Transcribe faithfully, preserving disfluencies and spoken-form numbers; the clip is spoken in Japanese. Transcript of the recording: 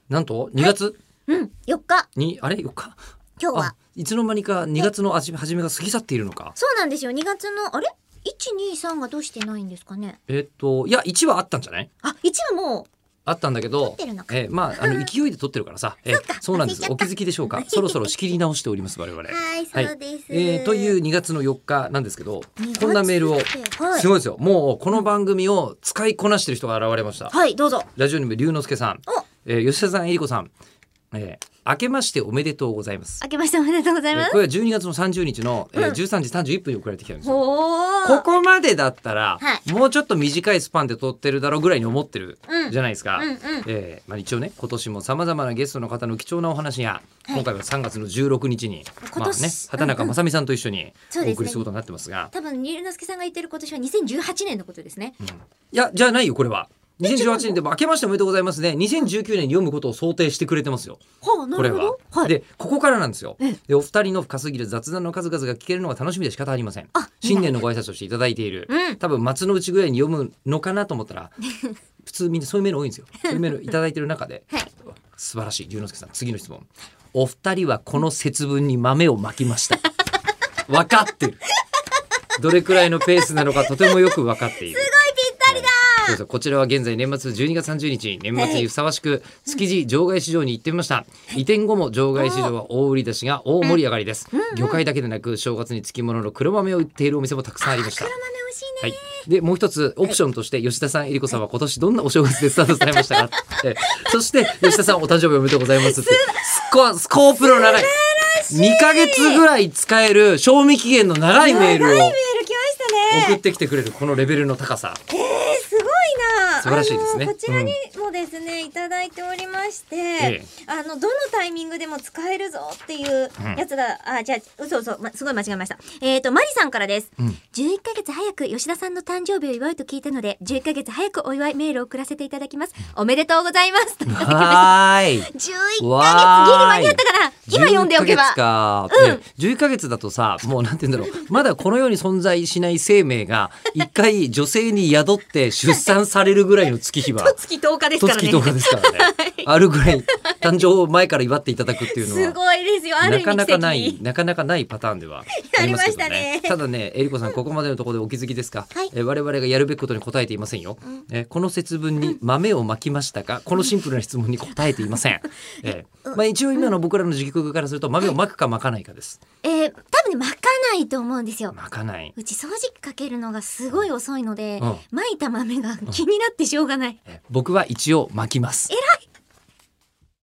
なんとにがつうんよっかに、あれよっか今日は。 あいつの間にかにがつの初め初めが過ぎ去っているのか。 そうなんですよ。にがつのあれいちにさんがどうしてないんですかね。 えっといやいちはあったんじゃない。 あいちはもうあったんだけど、 撮ってるのかえーまああの勢いで撮ってるからさ、えーそうかそうなんです。 忘れちゃったお気づきでしょうか。そろそろ仕切り直しております我々。 はいそうです、 えーというにがつのよっかなんですけど、 にがつこんなメールを、 はいすごいですよ。もうこの番組を使いこなしてる人が現れました。 はいどうぞ。 ラジオネーム龍之介さん、 おえー吉田さん、えりこさん、えー明けましておめでとうございます。 明けましておめでとうございます。 えーこれはじゅうにがつのさんじゅうにちの、えーうんじゅうさんじさんじゅういっぷんに送られてきたんですよ。 ほーここまでだったら、 はもうちょっと短いスパンで撮ってるだろうぐらいに思ってるうんじゃないですか。 うんうんえーまあ、一応ね今年もさまざまなゲストの方の貴重なお話や、 はい今回はさんがつのじゅうろくにちに、 今年まあね、畑中正美さんと一緒にそうですねお送りすることになってますが、 多分龍之介さんが言ってる今年はにせんじゅうはちねんのことですね。 うんいやじゃないよこれは。にせんじゅうはちねんでも明けましておめでとうございますね。にせんじゅうきゅうねんに読むことを想定してくれてますよ。 はあなこれはるほど。。はい。 でここからなんですよええ。 でお二人の深すぎる雑談の数々が聞けるのが楽しみで仕方ありません。 あ新年のご挨拶としていただいている、 うん多分松の内ぐらいに読むのかなと思ったら普通みんなそういうメール多いんですよ。そういうメールいただいてる中で、 はい素晴らしい龍之介さん次の質問。お二人はこの節分に豆をまきました分かってる。どれくらいのペースなのかとてもよく分かっている。 すごいぴったりだ。 そうそうこちらは現在年末じゅうにがつさんじゅうにち年末にふさわしく築地場外市場に行ってみました。移転後も場外市場は大売り出しが大盛り上がりです。魚介だけでなく正月につきものの黒豆を売っているお店もたくさんありました。 黒豆美味しいね。 はい、でもう一つオプションとして吉田さん、えりこさんは今年どんなお正月でスタートされましたかえそして吉田さんお誕生日おめでとうございますってスコスコープの長いにかげつぐらい使える賞味期限の長いメールをメール来ましたね。 送ってきてくれるこのレベルの高さ。 えー、すごいな。 素晴らしいですねあのこちらにもですね、いただいておりまして、 ええあのどのタイミングでも使えるぞっていうやつが、あじゃあ嘘嘘、ま、すごい間違えました。えっ、とマリさんからです、 うんじゅういっかげつ早く吉田さんの誕生日を祝うと聞いたのでじゅういっかげつ早くお祝いメールを送らせていただきます。おめでとうございますといただきました。 はーいじゅういっかげつギリ間に合ったかな。今読んでおけばじゅういっかげつか、 うんねじゅういっかげつだとさもうなんて言うんだろうまだこの世に存在しない生命が一回女性に宿って出産されるぐらいの月日は月とおかですからね。 とつきとおかですからね、あるぐらい誕生前から祝っていただくっていうのはすごいですよ。ある意味なかなかな奇跡いなかなかないパターンではありますけどやりましたねね。ただねえりこさんここまでのところでお気づきですか、 はいえ我々がやるべきことに答えていませんよ、えこの節分に豆をまきましたか、このシンプルな質問に答えていません、えまあ、一応今の僕らの時局からすると豆をまくかまかないかです。 えー、多分ね巻かないと思うんですよ。 まかないうち掃除機かけるのがすごい遅いので、 うん巻いた豆が気になってしょうがない。 え僕は一応まきます。 偉い